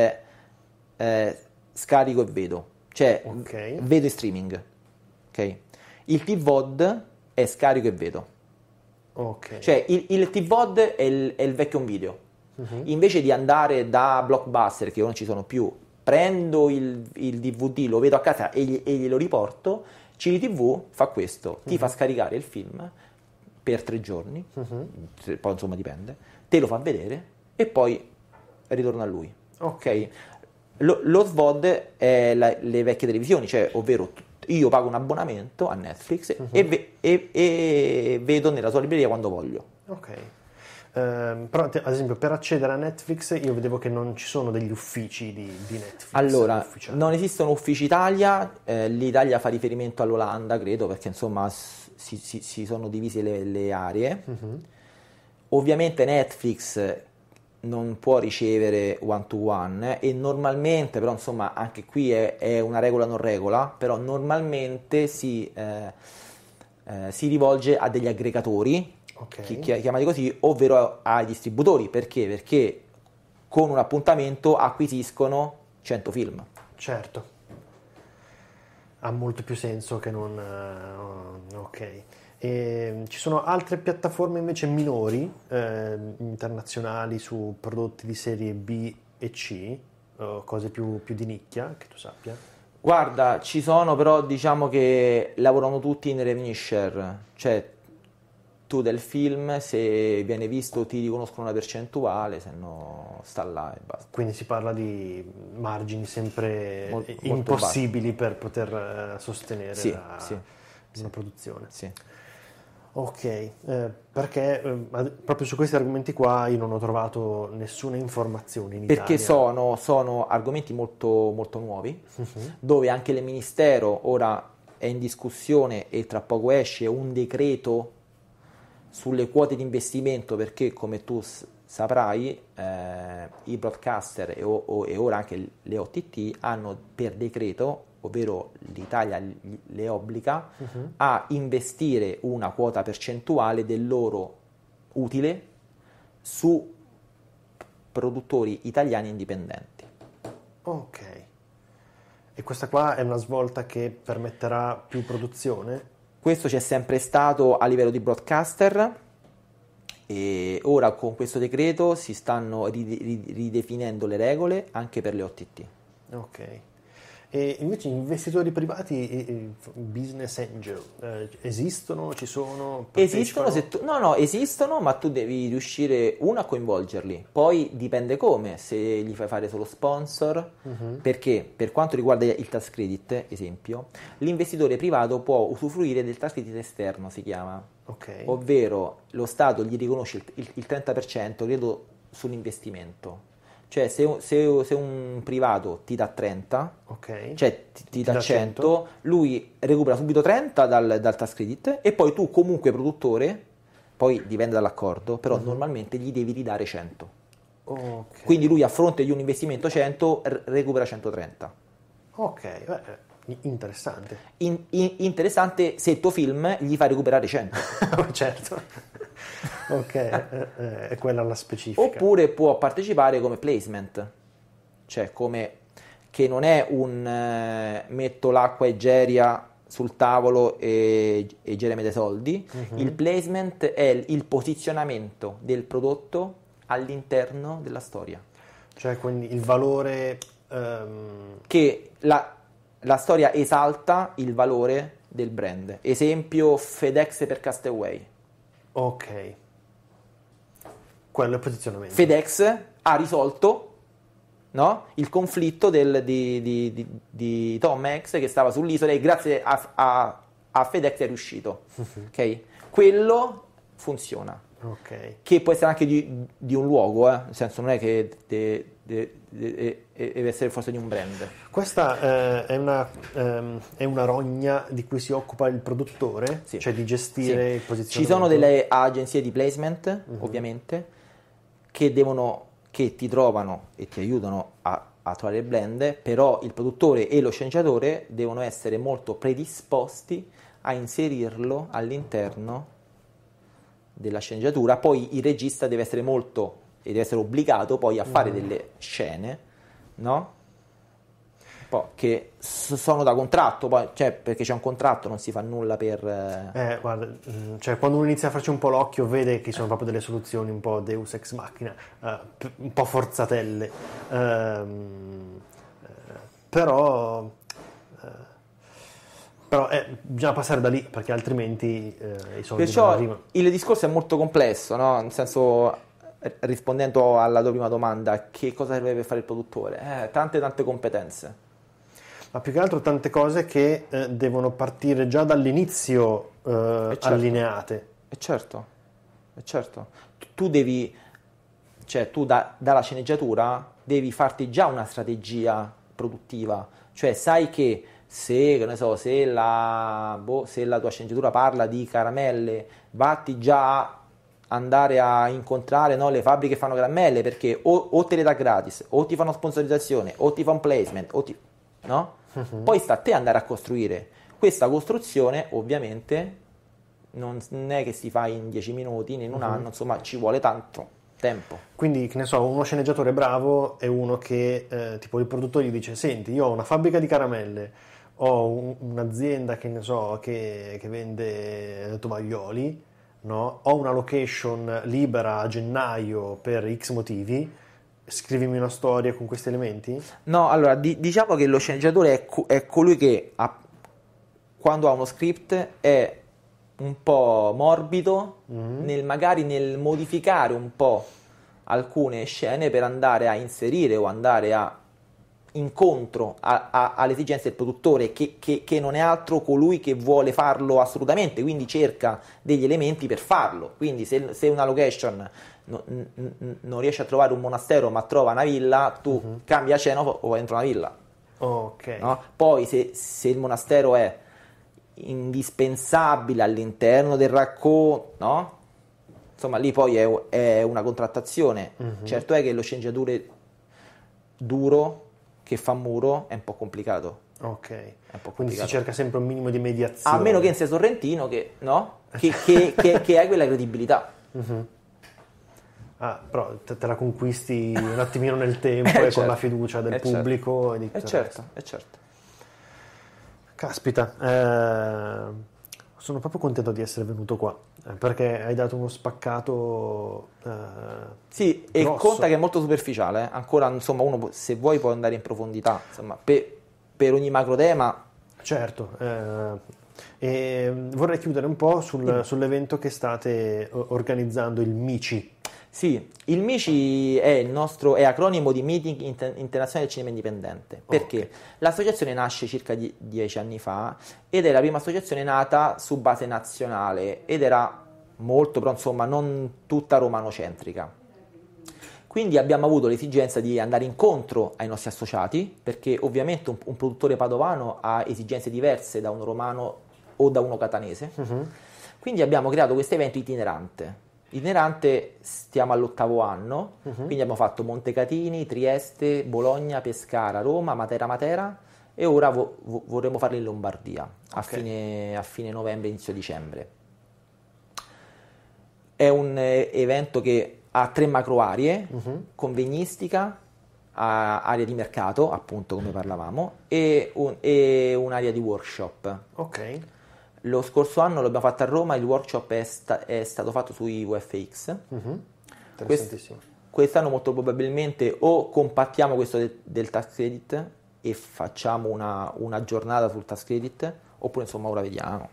è scarico e vedo, cioè vedo in streaming, ok? Il TVOD è scarico e vedo. Ok. Cioè il TVOD è il vecchio home video. Invece di andare da Blockbuster, che non ci sono più, prendo il DVD, lo vedo a casa e glielo riporto. CDTV fa questo, ti fa scaricare il film per 3 giorni, poi insomma dipende, te lo fa vedere e poi ritorna a lui. Ok? Lo SVOD è le vecchie televisioni, cioè ovvero io pago un abbonamento a Netflix e vedo nella sua libreria quando voglio. Ok. Però ad esempio per accedere a Netflix io vedevo che non ci sono degli uffici di Netflix. Allora, ufficiali. non esistono uffici Italia, l'Italia fa riferimento all'Olanda, credo, perché insomma si sono divise le aree. Ovviamente Netflix non può ricevere one to one e normalmente, però insomma anche qui è una regola non regola, però normalmente si rivolge a degli aggregatori, chiamati così, ovvero ai distributori. Perché? Perché con un appuntamento acquisiscono 100 film. Certo, ha molto più senso che non... ok. E ci sono altre piattaforme invece minori, internazionali, su prodotti di serie B e C, cose più di nicchia, che tu sappia? Guarda, ci sono, però diciamo che lavorano tutti in revenue share, cioè tu del film, se viene visto ti riconoscono una percentuale, se no sta là e basta. Quindi si parla di margini sempre Molto impossibili per poter sostenere Sì, la... sì. una produzione. Sì. Ok, perché proprio su questi argomenti qua io non ho trovato nessuna informazione in Perché Italia. sono argomenti molto, molto nuovi, dove anche il Ministero ora è in discussione e tra poco esce un decreto sulle quote di investimento, perché come tu saprai i broadcaster e ora anche le OTT hanno per decreto, ovvero l'Italia le obbliga a investire una quota percentuale del loro utile su produttori italiani indipendenti. Ok, e questa qua è una svolta che permetterà più produzione? Questo c'è sempre stato a livello di broadcaster e ora con questo decreto si stanno ridefinendo le regole anche per le OTT. Ok. E invece investitori privati, business angel, esistono, ci sono, Esistono, partecipano? esistono, ma tu devi riuscire a coinvolgerli, poi dipende come, se gli fai fare solo sponsor, perché per quanto riguarda il tax credit, esempio, l'investitore privato può usufruire del tax credit esterno, si chiama, Ok, ovvero lo Stato gli riconosce il 30%, credo, sull'investimento. Cioè se un privato ti dà 30, ok. cioè ti dà dà 100, lui recupera subito 30 dal tax credit e poi tu comunque produttore, poi dipende dall'accordo, però normalmente gli devi ridare 100. Ok. Quindi lui a fronte di un investimento 100 recupera 130. Ok, interessante. Interessante se il tuo film gli fa recuperare 100. Certo. Ok, è quella la specifica. Oppure può partecipare come placement, cioè come che non è un metto l'acqua e Geria sul tavolo e Geria dei soldi. Il placement è il posizionamento del prodotto all'interno della storia. Cioè, quindi il valore... Che la storia esalta il valore del brand. Esempio FedEx per Castaway. Ok. Quello è il posizionamento. FedEx ha risolto, no, il conflitto di Tom Hanks che stava sull'isola e grazie a FedEx è riuscito. Ok? Quello funziona. Ok. Che può essere anche di un luogo, nel senso non è che deve essere forse di un brand. Questa è una rogna di cui si occupa il produttore, Sì. cioè di gestire Sì. il posizionamento. Ci sono delle agenzie di placement, ovviamente, che ti trovano e ti aiutano a trovare il brand, però il produttore e lo sceneggiatore devono essere molto predisposti a inserirlo all'interno della sceneggiatura. Poi il regista deve essere deve essere obbligato poi a fare delle scene, no? Poi, che sono da contratto, poi, cioè perché c'è un contratto, non si fa nulla per... Guarda, cioè quando uno inizia a farci un po' l'occhio vede che sono proprio delle soluzioni un po' Deus ex machina, un po' forzatelle, però bisogna passare da lì perché altrimenti i soldi non Perciò arrivano. il discorso è molto complesso, no? Nel senso, rispondendo alla tua prima domanda, che cosa serve per fare il produttore? Tante competenze. Ma più che altro tante cose che devono partire già dall'inizio certo. allineate. E certo. Tu devi, cioè tu dalla sceneggiatura devi farti già una strategia produttiva, cioè sai che che ne so, se la tua sceneggiatura parla di caramelle, vatti già a andare a incontrare, no, le fabbriche che fanno caramelle, perché o te le dà gratis, o ti fanno sponsorizzazione, o ti fa un placement, no? Poi sta a te andare a costruire. Questa costruzione ovviamente non è che si fa in 10 minuti, né in un anno, insomma ci vuole tanto tempo. Quindi, che ne so, uno sceneggiatore bravo è uno che, tipo il produttore gli dice: senti, io ho una fabbrica di caramelle, ho un'azienda che ne so che vende tovaglioli, no? Ho una location libera a gennaio per X motivi, scrivimi una storia con questi elementi? No, allora diciamo che lo sceneggiatore è colui che quando ha uno script è un po' morbido magari nel modificare un po' alcune scene per andare a inserire o andare a incontro alle esigenze del produttore, che non è altro colui che vuole farlo assolutamente, quindi cerca degli elementi per farlo. Quindi se una location non riesce a trovare un monastero ma trova una villa, tu cambia Cenova o vai dentro una villa. Ok. No? Poi se il monastero è indispensabile all'interno del racconto, no? Insomma lì poi è una contrattazione. Certo è che lo sceneggiatore duro che fa muro è un po' complicato. Ok, È un po' quindi complicato. si cerca sempre un minimo di mediazione. A meno che non sia Sorrentino, che hai quella credibilità. Ah, però te la conquisti un attimino nel tempo e con la fiducia del pubblico. È certo. Caspita, sono proprio contento di essere venuto qua, perché hai dato uno spaccato sì, e grosso. conta che è molto superficiale. Ancora, insomma, uno se vuoi può andare in profondità, insomma, per ogni macro tema. Certo, e vorrei chiudere un po' sull'evento che state organizzando, il MICI. Sì, il MICI è acronimo di Meeting Internazionale del Cinema Indipendente, perché l'associazione nasce circa 10 anni fa ed è la prima associazione nata su base nazionale ed era molto, però insomma non tutta romanocentrica. Quindi abbiamo avuto l'esigenza di andare incontro ai nostri associati, perché ovviamente un produttore padovano ha esigenze diverse da uno romano o da uno catanese. Quindi abbiamo creato questo evento itinerante. Stiamo all'8° anno, quindi abbiamo fatto Montecatini, Trieste, Bologna, Pescara, Roma, Matera e ora vorremmo farlo in Lombardia a fine novembre, inizio dicembre. È un evento che ha 3 macro aree, convegnistica, area di mercato, appunto come parlavamo, e un'area di workshop. Ok. Lo scorso anno l'abbiamo fatto a Roma, il workshop è stato fatto sui VFX. Interessantissimo. Quest'anno molto probabilmente o compattiamo questo del tax credit e facciamo una giornata sul tax credit, oppure insomma ora vediamo.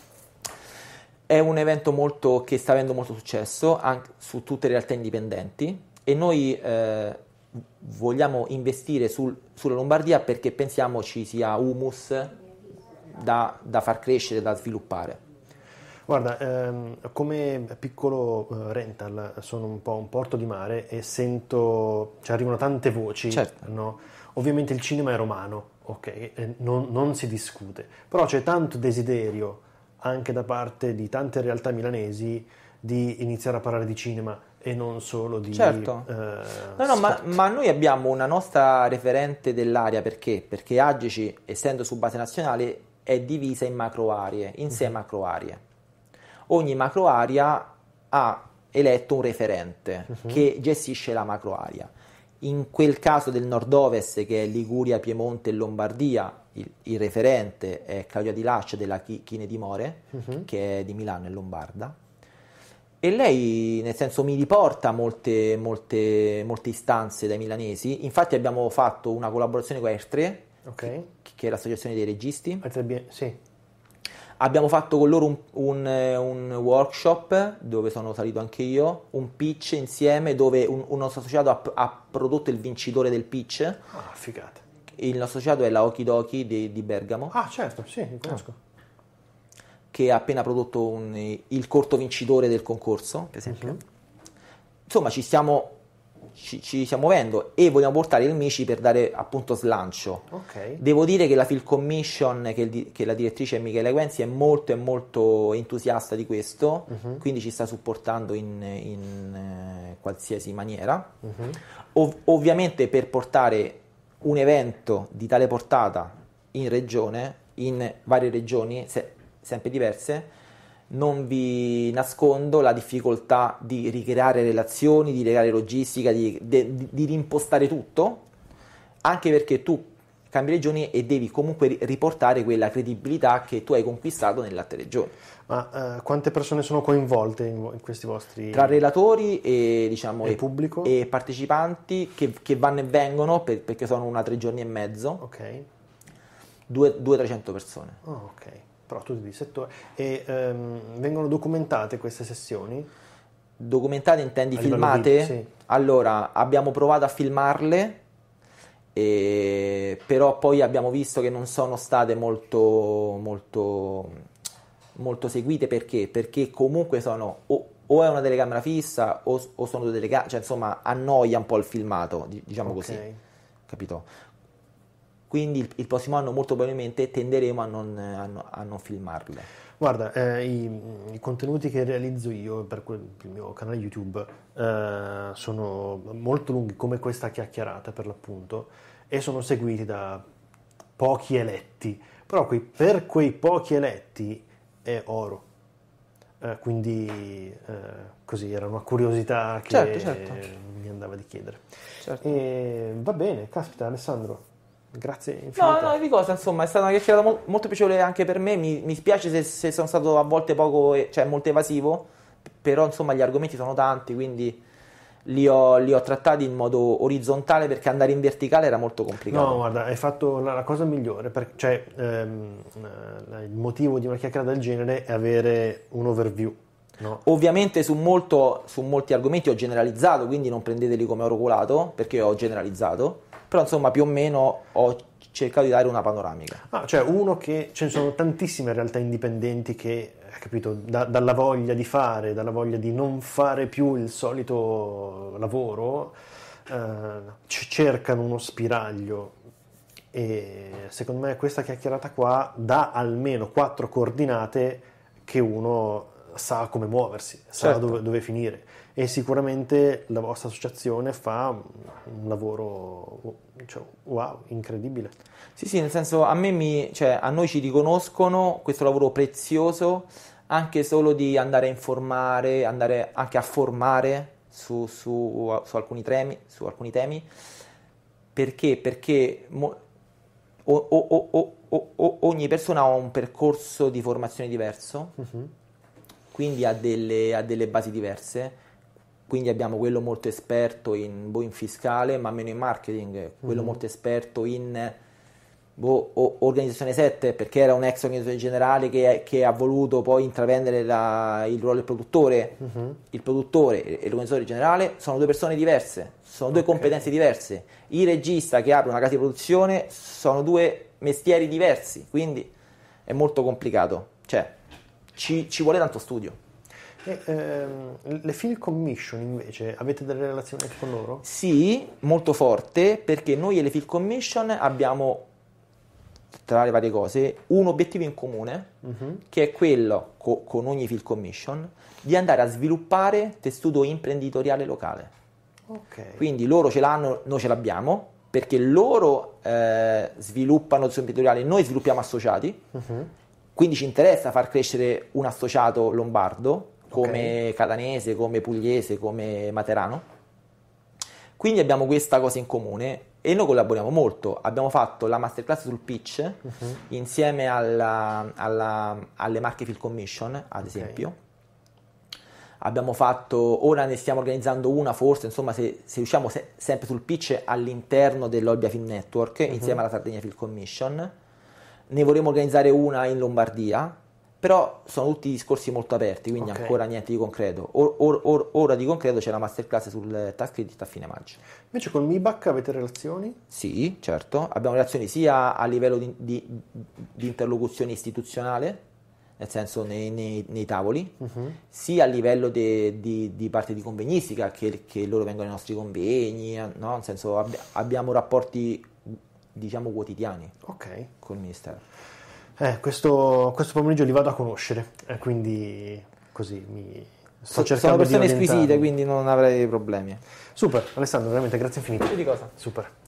È un evento che sta avendo molto successo anche su tutte le realtà indipendenti e noi vogliamo investire sulla Lombardia perché pensiamo ci sia humus da far crescere, da sviluppare. Guarda, come piccolo rental sono un po' un porto di mare e sento, ci arrivano tante voci, certo. No? Ovviamente il cinema è romano, ok, non si discute, però c'è tanto desiderio anche da parte di tante realtà milanesi di iniziare a parlare di cinema e non solo di certo. Ma noi abbiamo una nostra referente dell'area perché Agici, essendo su base nazionale, è divisa in macro aree, in 6 macro aree. Ogni macro area ha eletto un referente che gestisce la macro area. In quel caso del nord-ovest, che è Liguria, Piemonte e Lombardia, il referente è Claudia Di Lascia della Chine di More, che è di Milano e Lombarda. E lei, nel senso, mi riporta molte istanze dai milanesi. Infatti abbiamo fatto una collaborazione con R3, che è l'associazione dei registi. Sì. Abbiamo fatto con loro un workshop dove sono salito anche io, un pitch insieme dove un nostro associato ha prodotto il vincitore del pitch. Ah, figata. Il nostro associato è la Okidoki di Bergamo. Ah, certo, sì, li conosco. Che ha appena prodotto il corto vincitore del concorso, per esempio. Insomma, ci stiamo muovendo e vogliamo portare il MICI per dare appunto slancio. Devo dire che la Film Commission, che la direttrice è Michele Guenzi, è molto entusiasta di questo, quindi ci sta supportando in qualsiasi maniera. Ovviamente per portare un evento di tale portata in regione, in varie regioni sempre diverse, non vi nascondo la difficoltà di ricreare relazioni, di ricreare logistica, di rimpostare tutto, anche perché tu cambi regioni e devi comunque riportare quella credibilità che tu hai conquistato nelle altre regioni. Ma quante persone sono coinvolte in questi vostri... Tra relatori e, diciamo, e pubblico? E partecipanti che vanno e vengono perché sono 3 giorni e mezzo. 200-300 persone. Ok. Però tutti di settore. E vengono documentate queste sessioni? Documentate intendi filmate? Sì. Allora, abbiamo provato a filmarle Però poi abbiamo visto che non sono state molto seguite. Perché comunque sono o è una telecamera fissa o sono due telecamere, cioè insomma annoia un po' il filmato, diciamo così, capito? Quindi il prossimo anno molto probabilmente tenderemo a non filmarle. Guarda, i contenuti che realizzo io per il mio canale YouTube sono molto lunghi, come questa chiacchierata per l'appunto, e sono seguiti da pochi eletti, però per quei pochi eletti è oro. Quindi così era una curiosità che Certo. mi andava di chiedere. Certo. E va bene, caspita Alessandro, grazie infinite. No, di cosa, insomma, è stata una chiacchierata molto piacevole anche per me. Mi spiace se sono stato a volte cioè molto evasivo, però insomma gli argomenti sono tanti, quindi li ho trattati in modo orizzontale, perché andare in verticale era molto complicato. No, guarda, hai fatto la cosa migliore, cioè il motivo di una chiacchierata del genere è avere un overview, no? Ovviamente su molti argomenti ho generalizzato, quindi non prendeteli come oro colato, perché ho generalizzato, però insomma più o meno ho cercato di dare una panoramica. Cioè ce ne sono tantissime realtà indipendenti che, capito, dalla voglia di fare, dalla voglia di non fare più il solito lavoro, cercano uno spiraglio, e secondo me questa chiacchierata qua dà almeno 4 coordinate che uno sa come muoversi, sa Certo. dove finire, e sicuramente la vostra associazione fa un lavoro, cioè, wow, incredibile. Sì, nel senso a noi ci riconoscono questo lavoro prezioso, anche solo di andare a informare, andare anche a formare su alcuni temi, perché ogni persona ha un percorso di formazione diverso, quindi ha delle basi diverse. Quindi abbiamo quello molto esperto in fiscale, ma meno in marketing, quello molto esperto in organizzazione 7, perché era un ex organizzatore generale che ha voluto poi intraprendere il ruolo del produttore. Il produttore e l'organizzatore generale sono due persone diverse, sono due competenze diverse. Il regista che apre una casa di produzione sono due mestieri diversi, quindi è molto complicato, cioè ci vuole tanto studio. Le Film Commission invece, avete delle relazioni anche con loro? Sì, molto forte, perché noi e le Film Commission abbiamo, tra le varie cose, un obiettivo in comune, che è quello, con ogni Film Commission, di andare a sviluppare tessuto imprenditoriale locale. Ok. Quindi loro ce l'hanno, noi ce l'abbiamo, perché loro sviluppano tessuto imprenditoriale, noi sviluppiamo associati, quindi ci interessa far crescere un associato lombardo, come catanese, come pugliese, come materano. Quindi abbiamo questa cosa in comune e noi collaboriamo molto. Abbiamo fatto la masterclass sul pitch insieme alle marche Film Commission, ad esempio. Abbiamo fatto, ora ne stiamo organizzando una, forse, insomma, se usciamo sempre sul pitch all'interno dell'Olbia Film Network, insieme alla Sardegna Film Commission. Ne vorremmo organizzare una in Lombardia, però sono tutti discorsi molto aperti, quindi ancora niente di concreto. Ora di concreto c'è la masterclass sul tax credit a fine maggio. Invece col MIBAC avete relazioni? Sì, certo. Abbiamo relazioni sia a livello di interlocuzione istituzionale, nel senso nei tavoli, sia a livello di parte di convegnistica, che loro vengono ai nostri convegni, no? Nel senso abbiamo rapporti, diciamo, quotidiani col Ministero. Questo pomeriggio li vado a conoscere, quindi così mi sto cercando sono persone di orientarmi. squisite, quindi non avrei problemi. Super, Alessandro, veramente grazie infinite. Di cosa? Super.